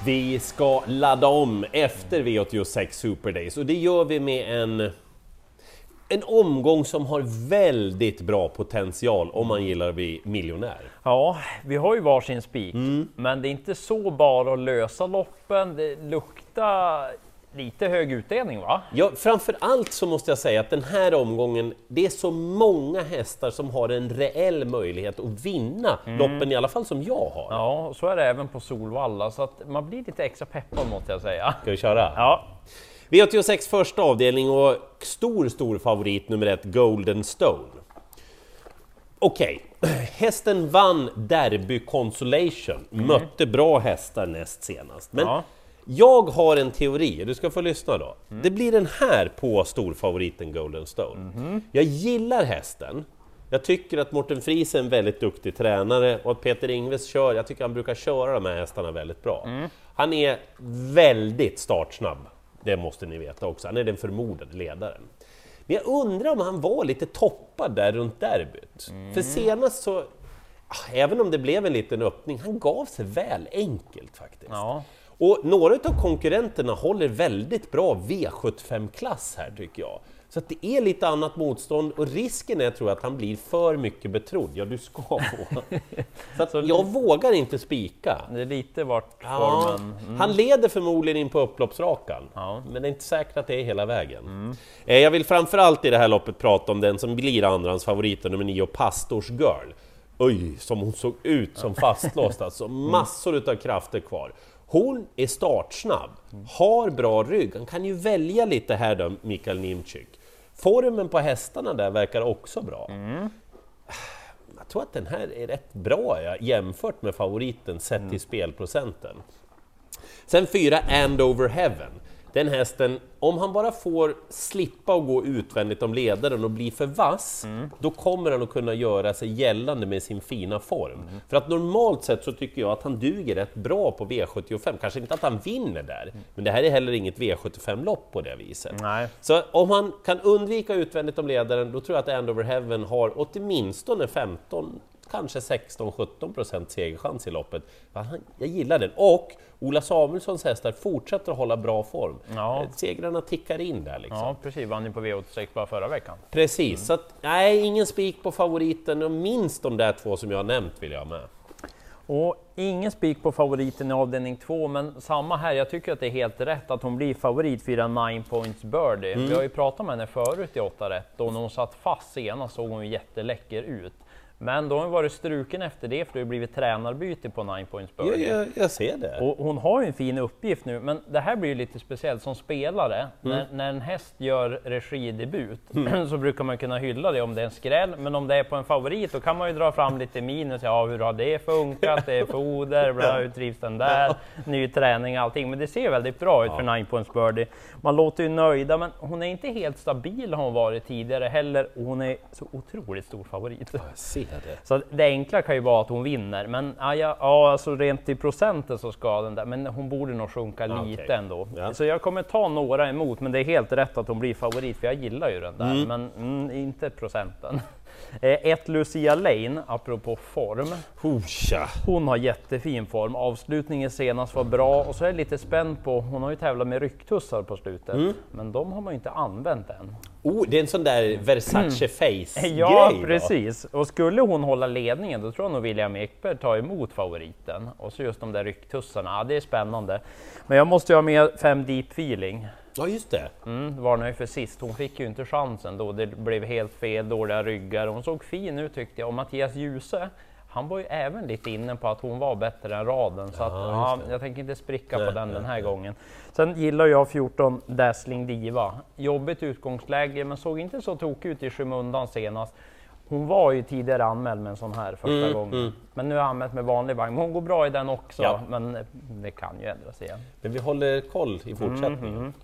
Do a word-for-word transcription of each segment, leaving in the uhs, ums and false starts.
Vi ska ladda om efter V åttiosex Super Days och det gör vi med en, en omgång som har väldigt bra potential om man gillar att bli miljonär. Ja, vi har ju varsin spik, mm. men det är inte så bara att lösa loppen, det luktar lite hög utdelning, va? Ja, framför allt så måste jag säga att den här omgången, det är så många hästar som har en reell möjlighet att vinna mm. loppen, i alla fall som jag har. Ja, och så är det även på Solvalla, så att man blir lite extra peppad måste jag säga. Ska vi köra? Ja. V åttiosex första avdelning och stor, stor favorit nummer ett, Golden Stone. Okej, okay. Hästen vann Derby Consolation, mm. mötte bra hästar näst senast. Men ja. Jag har en teori, du ska få lyssna då. Mm. Det blir den här på storfavoriten Golden Stone. Mm. Jag gillar hästen. Jag tycker att Morten Fries är en väldigt duktig tränare och att Peter Ingves kör, jag tycker han brukar köra de här hästarna väldigt bra. Mm. Han är väldigt startsnabb, det måste ni veta också. Han är den förmodade ledaren. Men jag undrar om han var lite toppad där runt derbyt. Mm. För senast så, även om det blev en liten öppning, han gav sig väl enkelt faktiskt. Ja. Och några av konkurrenterna håller väldigt bra V sjuttiofem-klass här tycker jag. Så att det är lite annat motstånd och risken är, tror jag, att han blir för mycket betrodd. Ja, du ska få. Så att så jag vågar inte spika. Det är lite vart ja, formen. Mm. Han leder förmodligen in på upploppsrakan. Ja. Men det är inte säkert att det är hela vägen. Mm. Eh, jag vill framförallt i det här loppet prata om den som blir andrans favoriten, nummer nio, Pastors Girl. Oj, som hon såg ut som fastlåst. Alltså massor utav krafter kvar. Hon är startsnabb, har bra rygg. Han kan ju välja lite här då, Mikael Nimczyk. Formen på hästarna där verkar också bra. Mm. Jag tror att den här är rätt bra ja, jämfört med favoriten sett till mm. spelprocenten. Sen fyra, And Over Heaven. Den hästen, om han bara får slippa och gå utvändigt om ledaren och bli för vass, mm. då kommer han att kunna göra sig gällande med sin fina form. Mm. För att normalt sett så tycker jag att han duger rätt bra på V sjuttiofem. Kanske inte att han vinner där, mm. men det här är heller inget V sjuttiofem-lopp på det viset. Nej. Så om han kan undvika utvändigt om ledaren, då tror jag att And Over Heaven har åtminstone femton, kanske sexton sjutton procent segerchans i loppet. Jag gillar den. Och Ola Samuelssons hästar fortsätter att hålla bra form. Ja. Segrarna tickar in där liksom. Ja, precis. Vann ju på V åttiosex bara förra veckan. Precis. Mm. Så att, nej, ingen spik på favoriten och minst de där två som jag har nämnt vill jag med. Och ingen spik på favoriten i avdelning två, men samma här, jag tycker att det är helt rätt att hon blir favorit för en nine points birdie. Mm. Vi har ju pratat med henne förut i åtta rätt och när hon satt fast senast såg hon jätteläcker ut. Men då har hon varit struken efter det för det har blivit tränarbyte på nine points birdie. Ja, jag, jag ser det. Och hon har ju en fin uppgift nu, men det här blir ju lite speciellt som spelare. Mm. När, när en häst gör regidebut mm. så brukar man kunna hylla det om det är en skräll. Men om det är på en favorit då kan man ju dra fram lite minus. Ja, hur har det funkat? Det är foder, bla, hur trivs den där? Ny träning, allting. Men det ser väldigt bra ut ja. för nine points birdie. Man låter ju nöjda, men hon är inte helt stabil har hon varit tidigare heller. Och hon är så otroligt stor favorit. Jag ser. Så det enkla kan ju vara att hon vinner, men ja, ja, alltså rent i procenten så ska den där, men hon borde nog sjunka okay. lite ändå. Ja. Så jag kommer ta några emot, men det är helt rätt att hon blir favorit, för jag gillar ju den där, mm. men mm, inte procenten. Ett Lucia Lane, apropå form. Husha. Hon har jättefin form. Avslutningen senast var bra och så är jag lite spänd på, hon har ju tävlat med rycktussar på slutet, mm. men de har man ju inte använt än. Oh, det är en sån där Versace face mm. Ja, grej, precis. Och skulle hon hålla ledningen, då tror jag nog William Ekberg tar emot favoriten. Och så just de där rycktussarna, ja, det är spännande. Men jag måste ju ha med fem Deep Feeling. Ja, just det. Mm, varnade ju för sist. Hon fick ju inte chansen då. Det blev helt fel, dåliga ryggar. Hon såg fin ut tyckte jag. Och Mattias Djuse, han var ju även lite inne på att hon var bättre än raden. Så att, ja, jag tänker inte spricka nej, på den nej, den här nej. gången. Sen gillar jag fjorton Dazzling Diva. Jobbigt utgångsläge, men såg inte så tokig ut i skymundan senast. Hon var ju tidigare anmäld med en sån här första mm, gången. Mm. Men nu är anmäld med vanlig vagn. Hon går bra i den också, ja. men det kan ju ändras igen. Men vi håller koll i fortsättningen. Mm, mm.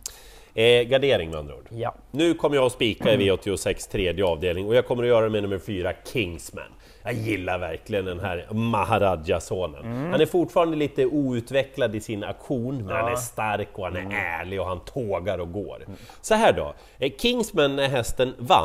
Eh, gardering med andra ord. Ja. Nu kommer jag att spika i V åttiosex tredje avdelning och jag kommer att göra det med nummer fyra, Kingsman. Jag gillar verkligen den här Maharaja-sonen. Mm. Han är fortfarande lite outvecklad i sin aktion, men ja. han är stark och han är mm. ärlig och han tågar och går. Mm. Så här då, eh, Kingsman när hästen vann,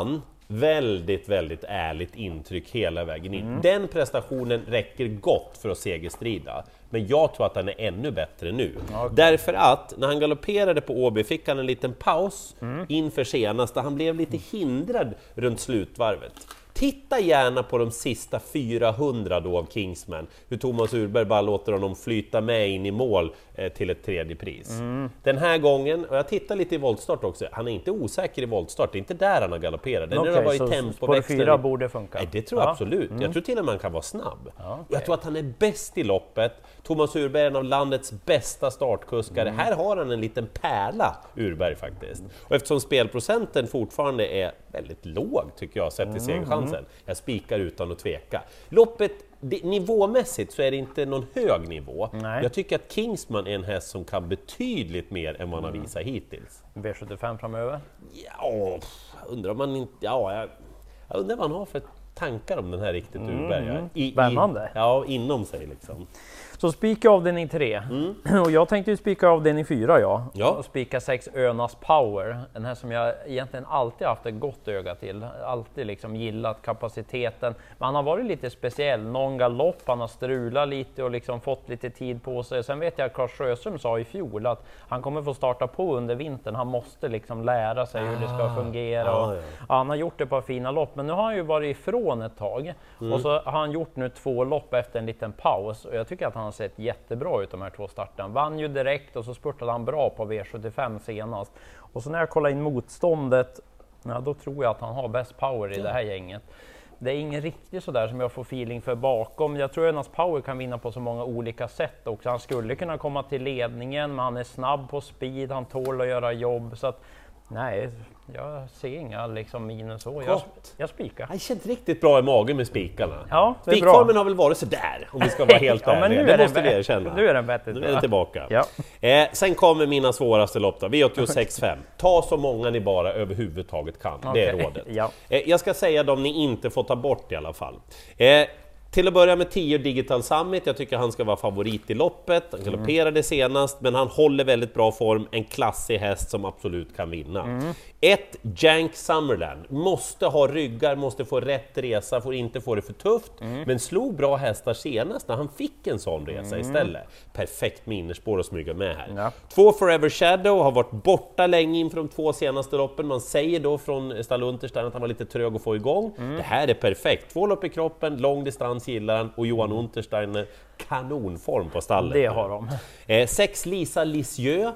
Väldigt, väldigt ärligt intryck hela vägen in. Mm. Den prestationen räcker gott för att segerstrida. Men jag tror att han är ännu bättre nu. Okay. Därför att när han galopperade på Åby fick han en liten paus mm. inför senast. Där han blev lite hindrad runt slutvarvet. Titta gärna på de sista fyrahundra då av Kingsman. Hur Thomas Urberg bara låter honom flyta med in i mål eh, till ett tredje pris. Mm. Den här gången, och jag tittar lite i voltstart också, han är inte osäker i voltstart. Det är inte där han har galopperat. Den okay, var i tempoväxten. Fyra borde funka. Nej, det tror jag ja. absolut. Mm. Jag tror till och med han kan vara snabb. Ja, okay. Jag tror att han är bäst i loppet. Thomas Urberg är en av landets bästa startkuskar. Mm. Här har han en liten pärla, Urberg faktiskt. Och eftersom spelprocenten fortfarande är väldigt låg tycker jag, sett till segerchansen. Mm. Jag spikar utan att tveka. Loppet, det, nivåmässigt så är det inte någon hög nivå. Nej. Jag tycker att Kingsman är en häst som kan betydligt mer än man har visat hittills. V sjuttiofem framöver? Ja, undrar man inte... Ja, jag, jag undrar vad han har för tankar om den här riktigt mm. Urberg. I, Spännande. Ja, inom sig liksom. Så spika avdelning tre. Mm. Och jag tänkte ju spika avdelning fyra, ja. ja. Och spika sex Önas Power. Den här som jag egentligen alltid haft ett gott öga till. Alltid liksom gillat kapaciteten. Men han har varit lite speciell. Någon galopp, han har strulat lite och liksom fått lite tid på sig. Sen vet jag att Claes Sjöström sa i fjol att han kommer få starta på under vintern. Han måste liksom lära sig hur det ska fungera. Ah, och, ja. Ja, han har gjort det på fina lopp. Men nu har han ju varit ifrån ett tag. Mm. Och så har han gjort nu två lopp efter en liten paus. Och jag tycker att han har sett jättebra ut de här två starterna. Vann ju direkt och så spurtade han bra på V sjuttiofem senast. Och så när jag kollar in motståndet, ja, då tror jag att han har bäst power i det här gänget. Det är ingen riktigt sådär som jag får feeling för bakom. Jag tror att Önas Power kan vinna på så många olika sätt också. Han skulle kunna komma till ledningen, men han är snabb på speed, han tål att göra jobb. Så att, nej, jag ser inga liksom minus så. Jag, jag spikar. Det känns riktigt bra i magen med spikarna. Ja, spikformen har väl varit så där om vi ska vara helt ja, ärliga. Det måste vi erkänna. Nu är den bättre. Nu är den tillbaka. Ja. Eh, sen kommer mina svåraste lopp då. V åttiosex fem. Ta så många ni bara överhuvudtaget kan. Okay. Det är rådet. Ja. Eh, jag ska säga de ni inte får ta bort i alla fall. Eh, Till att börja med tio Digital Summit, jag tycker han ska vara favorit i loppet. Han galopperade mm. senast, men han håller väldigt bra form. En klassig häst som absolut kan vinna. Mm. Ett Jank Summerland, måste ha ryggar, måste få rätt resa, får inte få det för tufft. Mm. Men slog bra hästar senast när han fick en sån resa mm. istället. Perfekt med innerspår och smyga med här. Ja. Två Forever Shadow har varit borta länge inför de två senaste loppen. Man säger då från Stall Unterstein att han var lite trög att få igång. Mm. Det här är perfekt. Två lopp i kroppen, lång distans gillar han, och Johan Unterstein kanonform på stallet. Det har de. Eh, sex Lisa Lisieux.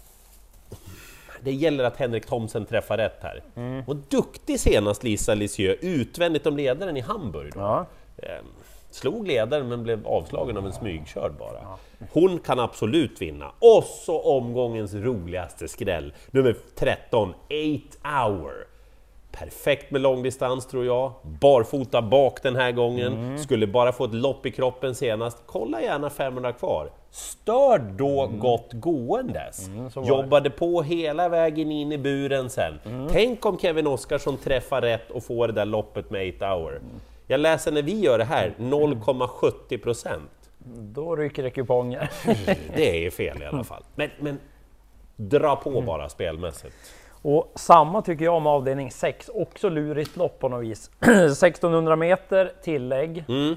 Det gäller att Henrik Thomsen träffar rätt här. Mm. Och duktig senast Lisa Lisieux, utvändigt om ledaren i Hamburg. Ja. Eh, slog ledaren men blev avslagen av en smygkörd bara. Ja. Hon kan absolut vinna. Och så omgångens roligaste skräll. Nummer tretton, eight hour. Perfekt med långdistans tror jag. Barfota bak den här gången. Mm. Skulle bara få ett lopp i kroppen senast. Kolla gärna femhundra kvar. Stör då mm. gott gåendes. Mm, Jobbade på hela vägen in i buren sen. Mm. Tänk om Kevin Oskarsson träffar rätt och får det där loppet med eight hour. Mm. Jag läser när vi gör det här, noll komma sjuttio procent. Då rycker det kuponger. Det är fel i alla fall. Men, men dra på mm. bara spelmässigt. Och samma tycker jag om avdelning sex, också lurigt lopp på något vis. sextonhundra meter tillägg. Mm.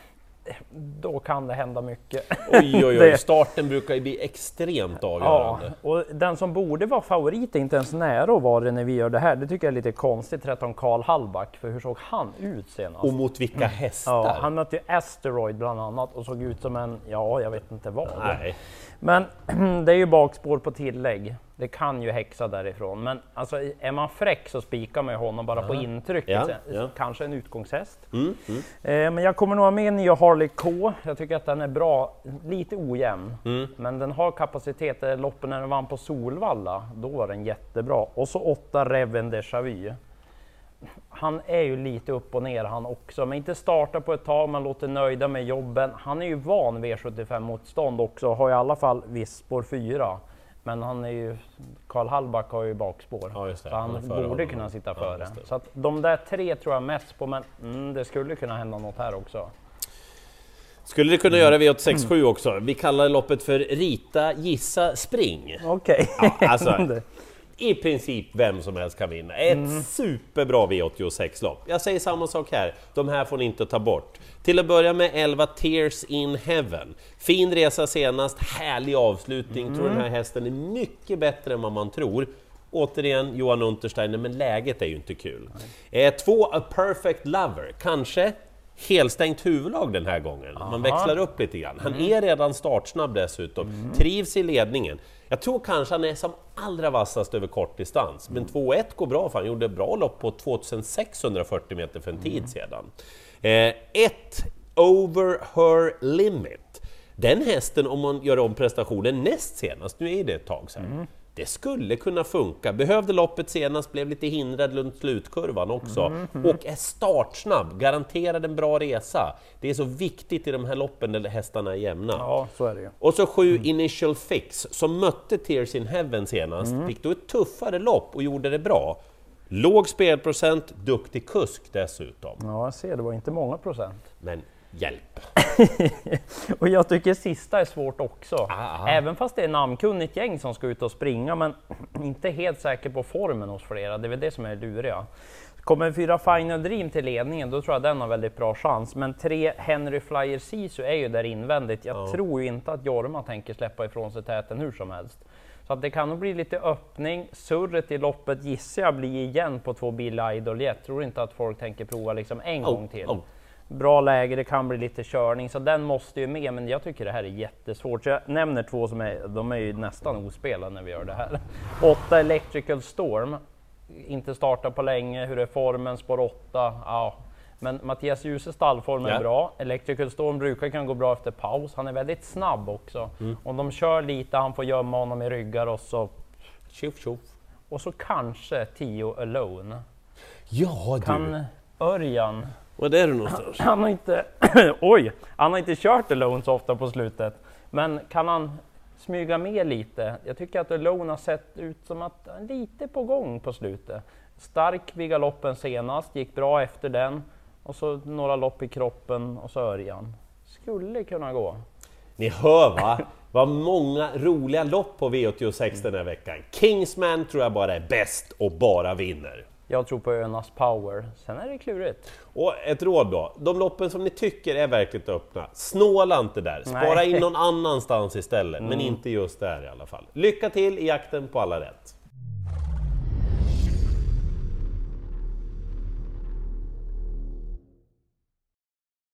Då kan det hända mycket. Oj, oj, oj. Starten brukar ju bli extremt avgörande. Ja, och den som borde vara favorit är inte ens nära att vara det när vi gör det här. Det tycker jag är lite konstigt, tretton Karl Hallback. För hur såg han ut senast? Och mot vilka hästar? Ja, han mötte ju Asteroid bland annat och såg ut som en, ja, jag vet inte vad. Nej. Men det är ju bakspår på tillägg. Det kan ju häxa därifrån. Men alltså, är man fräck så spikar man ju honom bara på intrycket. Ja, ja. Kanske en utgångshäst. Mm, mm. Eh, men jag kommer nog ha med nya Harley K. Jag tycker att den är bra. Lite ojämn. Mm. Men den har kapacitet. Loppen när den vann på Solvalla, då var den jättebra. Och så åtta Reven Déjà Vu. Han är ju lite upp och ner han också, men inte starta på ett tag, man låter nöjda med jobben. Han är ju van V sjuttiofem-motstånd också, har i alla fall viss spår fyra. Men han är ju, Karl Hallback har ju bakspår, ja, så han, han borde honom. kunna sitta före. Ja, så att de där tre tror jag mest på, men mm, det skulle kunna hända något här också. Skulle det kunna göra V åttiosex sju också? Vi kallar loppet för Rita, Gissa, Spring. Okej. Okay. Ja, alltså, i princip vem som helst kan vinna. Ett mm. superbra V åttiosex-lopp. Jag säger samma sak här, de här får ni inte ta bort. Till att börja med elva Tears in Heaven. Fin resa senast, härlig avslutning. Mm. Tror den här hästen är mycket bättre än vad man tror. Återigen Johan Untersteiner, men läget är ju inte kul. Eh, två A Perfect Lover, kanske helstängt huvudlag den här gången. Aha. Man växlar upp lite grann. Han mm. är redan startsnabb dessutom. Mm. Trivs i ledningen. Jag tror kanske han är som allra vassast över kortdistans. Mm. Men två ett går bra för han gjorde bra lopp på tvåtusensexhundrafyrtio meter för en tid mm. sedan. Eh, ett Over Her Limit. Den hästen, om man gör om prestationen näst senast, nu är det ett tag sedan. Mm. Det skulle kunna funka. Behövde loppet senast, blev lite hindrad runt slutkurvan också. Mm, mm. Och är startsnabb, garanterad en bra resa. Det är så viktigt i de här loppen där hästarna är jämna. Ja, så är det ju. Och så sju mm. Initial Fix, som mötte Tears in Heaven senast. Mm. Fick då ett tuffare lopp och gjorde det bra. Låg spelprocent, duktig kusk dessutom. Ja, jag ser, det var inte många procent. Men hjälp. Och jag tycker sista är svårt också. Aha. Även fast det är namnkunnigt gäng som ska ut och springa, men inte helt säker på formen hos flera. Det är väl det som är luriga. Kommer fyra Final Dream till ledningen, då tror jag den har väldigt bra chans. Men tre Henry Flyer Sisu är ju där invändigt. Jag oh. tror ju inte att Jorma tänker släppa ifrån sig täten hur som helst. Så att det kan nog bli lite öppning. Surret i loppet gissar jag blir igen på två Bill Idol. Jag tror inte att folk tänker prova liksom en oh. gång till. Oh. Bra läge, det kan bli lite körning, så den måste ju med, men jag tycker det här är jättesvårt. Så jag nämner två som är, de är ju nästan ospelade när vi gör det här. åtta Electrical Storm, inte starta på länge, hur är formen, spår åtta, ja. Men Mattias Djuse stallform är yeah. bra, Electrical Storm brukar kan gå bra efter paus, han är väldigt snabb också. Mm. Om de kör lite, han får gömma honom i ryggar och så... Tjuff, tjuff. Och så kanske tio Alone. Ja, du! Kan Örjan... Vad är det någonstans? Han, han har inte, oj, han har inte kört Alone så ofta på slutet. Men kan han smyga med lite? Jag tycker att Alone har sett ut som att han är lite på gång på slutet. Stark vid galoppen senast, gick bra efter den. Och så några lopp i kroppen och så Örjan. Skulle kunna gå. Ni hör va? Vad många roliga lopp på V åttiosex den här veckan. Kingsman tror jag bara är bäst och bara vinner. Jag tror på Önas Power. Sen är det klurigt. Och ett råd då. De loppen som ni tycker är verkligt öppna. Snåla inte där. Spara Nej. in någon annanstans istället. Mm. Men inte just där i alla fall. Lycka till i jakten på alla rätt.